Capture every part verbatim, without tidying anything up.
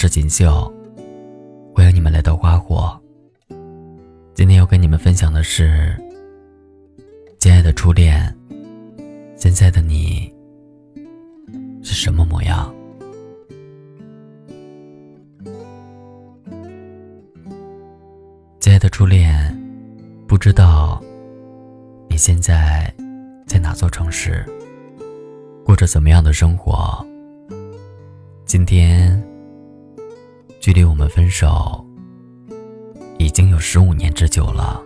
是锦绣，欢迎你们来到花火。今天要跟你们分享的是，亲爱的初恋，现在的你是什么模样？亲爱的初恋，不知道你现在在哪座城市，过着怎么样的生活？今天距离我们分手已经有十五年之久了。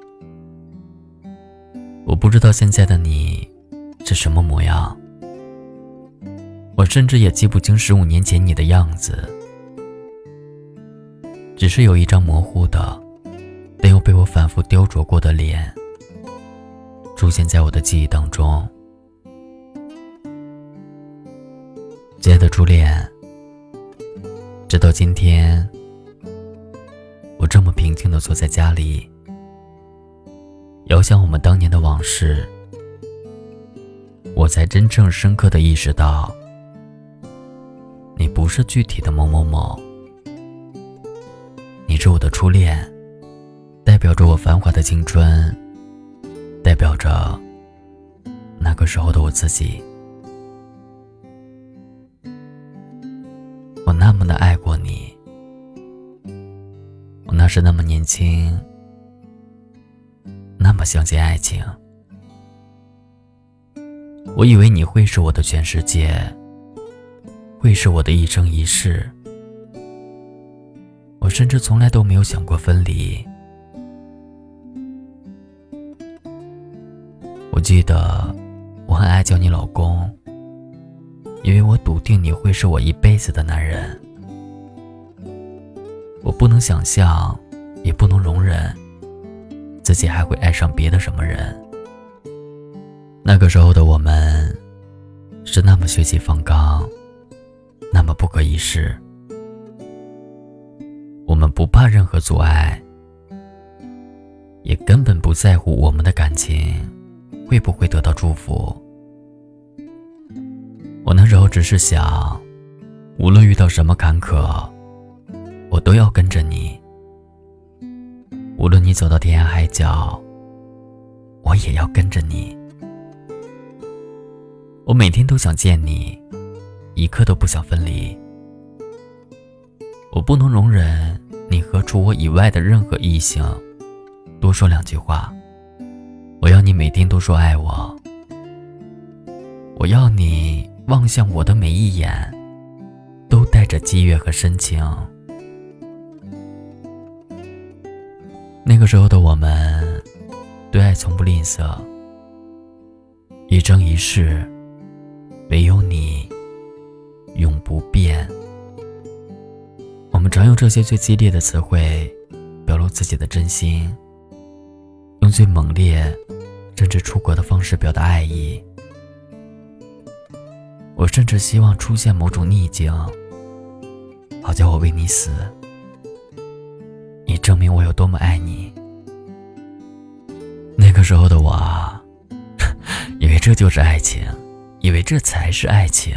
我不知道现在的你是什么模样，我甚至也记不清十五年前你的样子，只是有一张模糊的但又被我反复雕琢过的脸出现在我的记忆当中。亲爱的初恋，直到今天，我这么平静地坐在家里，遥想我们当年的往事，我才真正深刻地意识到，你不是具体的某某某，你是我的初恋，代表着我繁华的青春，代表着那个时候的我自己。我那么的爱过你，我那时那么年轻，那么相信爱情。我以为你会是我的全世界，会是我的一生一世。我甚至从来都没有想过分离。我记得我很爱叫你老公，因为我笃定你会是我一辈子的男人。我不能想象，也不能容忍自己还会爱上别的什么人。那个时候的我们是那么血气方刚，那么不可一世。我们不怕任何阻碍，也根本不在乎我们的感情会不会得到祝福。我那时候只是想，无论遇到什么坎坷，我都要跟着你。无论你走到天涯海角，我也要跟着你。我每天都想见你，一刻都不想分离。我不能容忍你和除我以外的任何异性多说两句话。我要你每天都说爱我，我要你望向我的每一眼都带着激越和深情。那个时候的我们对爱从不吝啬，一生一世唯有你永不变。我们常用这些最激烈的词汇表露自己的真心，用最猛烈甚至出格的方式表达爱意。我甚至希望出现某种逆境，好叫我为你死，以证明我有多么爱你。那个时候的我以为这就是爱情，以为这才是爱情。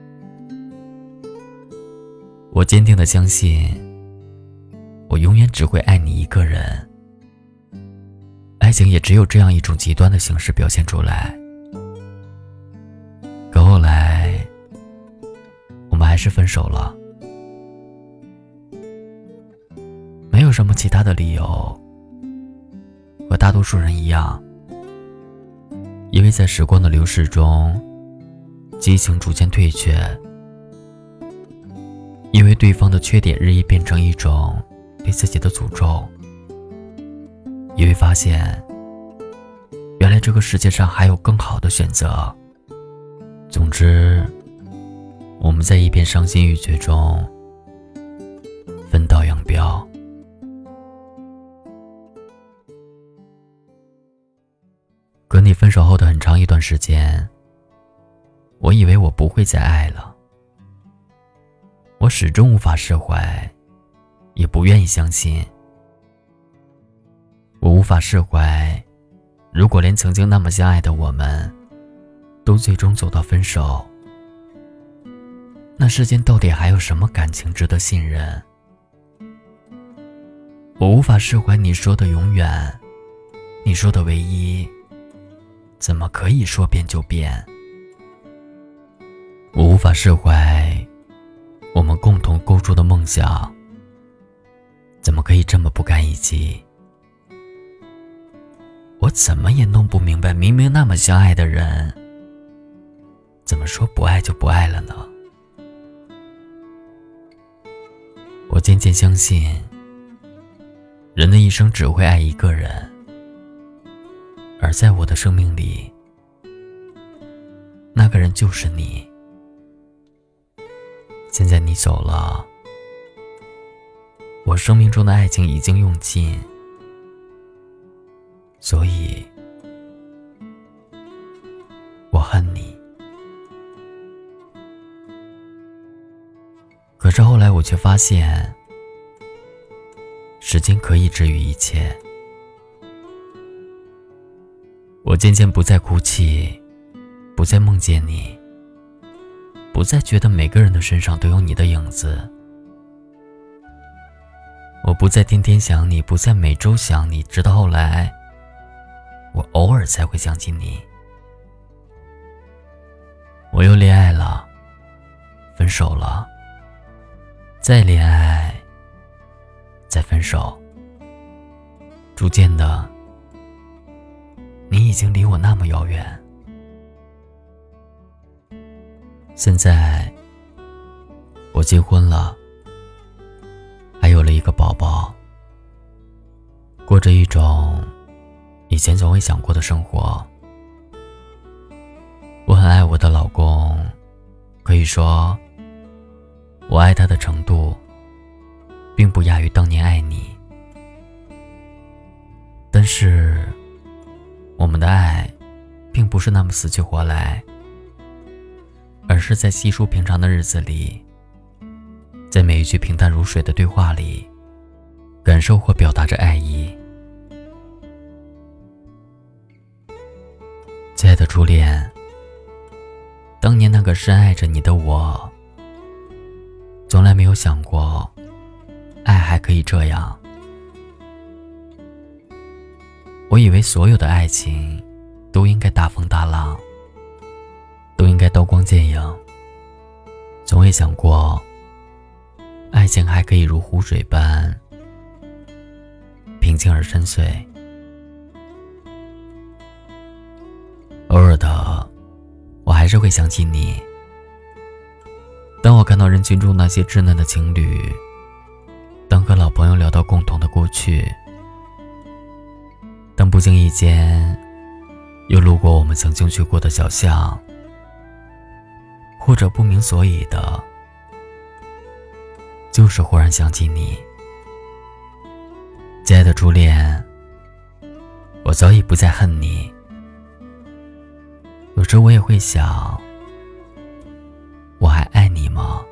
我坚定地相信，我永远只会爱你一个人。爱情也只有这样一种极端的形式表现出来。可后来我们还是分手了，没有什么其他的理由，和大多数人一样，因为在时光的流逝中，激情逐渐退却，因为对方的缺点日益变成一种对自己的诅咒，因为发现原来这个世界上还有更好的选择。总之，我们在一片伤心欲绝中分道扬镳。跟你分手后的很长一段时间，我以为我不会再爱了，我始终无法释怀，也不愿意相信。我无法释怀，如果连曾经那么相爱的我们都最终走到分手， 那世间到底还有什么感情值得信任？我无法释怀你说的永远，你说的唯一，怎么可以说变就变？我无法释怀我们共同构筑的梦想，怎么可以这么不堪一击？我怎么也弄不明白，明明那么相爱的人，怎么说不爱就不爱了呢？我渐渐相信，人的一生只会爱一个人，而在我的生命里，那个人就是你。现在你走了，我生命中的爱情已经用尽，所以我恨你。可是后来我却发现，时间可以治愈一切。我渐渐不再哭泣，不再梦见你，不再觉得每个人的身上都有你的影子。我不再天天想你，不再每周想你，直到后来，我偶尔才会想起你。我又恋爱了，分手了，再恋爱，再分手。逐渐的，你已经离我那么遥远。现在我结婚了，还有了一个宝宝，过着一种以前从未想过的生活。我很爱我的老公，可以说我爱他的程度并不亚于当年爱你。但是我们的爱并不是那么死去活来，而是在稀疏平常的日子里，在每一句平淡如水的对话里，感受或表达着爱意。亲爱的初恋，当年那个深爱着你的我，从来没有想过爱还可以这样。我以为所有的爱情都应该大风大浪，都应该刀光剑影，从未想过爱情还可以如湖水般平静而深邃。偶尔的，我还是会想起你。当我看到人群中那些稚嫩的情侣，当和老朋友聊到共同的过去，当不经意间又路过我们曾经去过的小巷，或者不明所以的，就是忽然想起你。亲爱的初恋，我早已不再恨你。有时我也会想，我还爱你吗？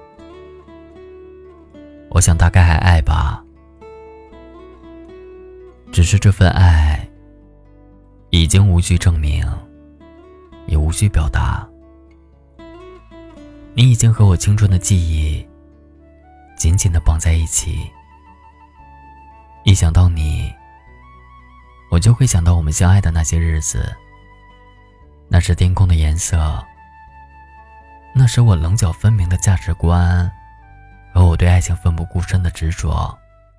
我想大概还爱吧，只是这份爱已经无需证明，也无需表达。你已经和我青春的记忆紧紧地绑在一起。一想到你，我就会想到我们相爱的那些日子，那是天空的颜色，那是我棱角分明的价值观和我对爱情奋不顾身的执着。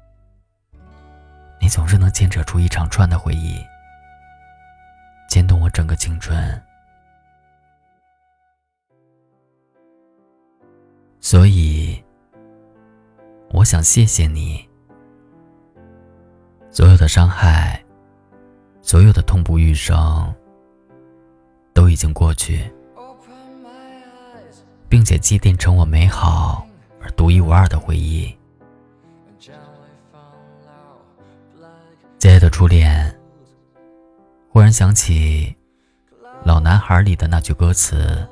你总是能牵扯出一长串的回忆，牵动我整个青春。所以我想谢谢你，所有的伤害，所有的痛不欲生都已经过去，并且积淀成我美好而独一无二的回忆。亲爱的初恋，忽然想起老男孩里的那句歌词，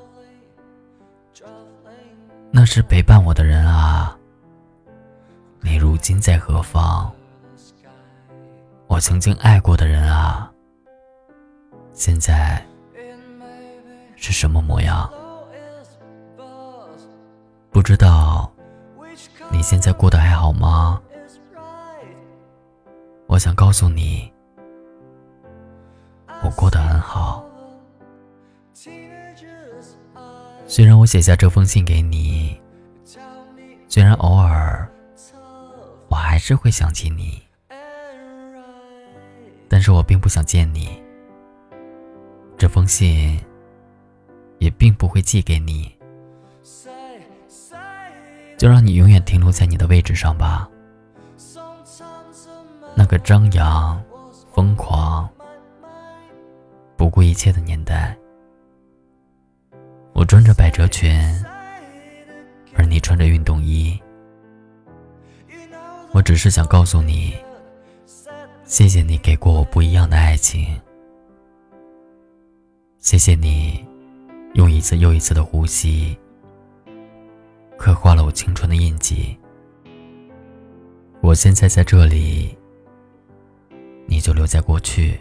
那是陪伴我的人啊，你如今在何方？我曾经爱过的人啊，现在是什么模样？不不知道你现在过得还好吗？我想告诉你，我过得很好。虽然我写下这封信给你，虽然偶尔我还是会想起你，但是我并不想见你。这封信也并不会寄给你，就让你永远停留在你的位置上吧。那个张扬、疯狂、不顾一切的年代，我穿着百褶裙，而你穿着运动衣。我只是想告诉你，谢谢你给过我不一样的爱情，谢谢你用一次又一次的呼吸刻画了我青春的印记。我现在在这里，你就留在过去，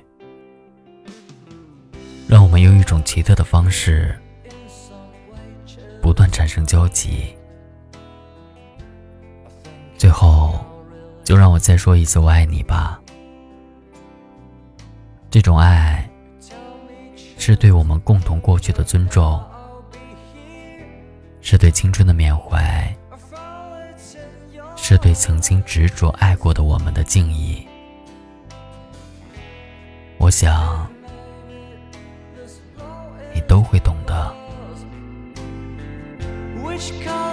让我们用一种奇特的方式不断产生交集。最后就让我再说一次我爱你吧。这种爱是对我们共同过去的尊重，是对青春的缅怀，是对曾经执着爱过的我们的敬意。我想你都会懂的。 Which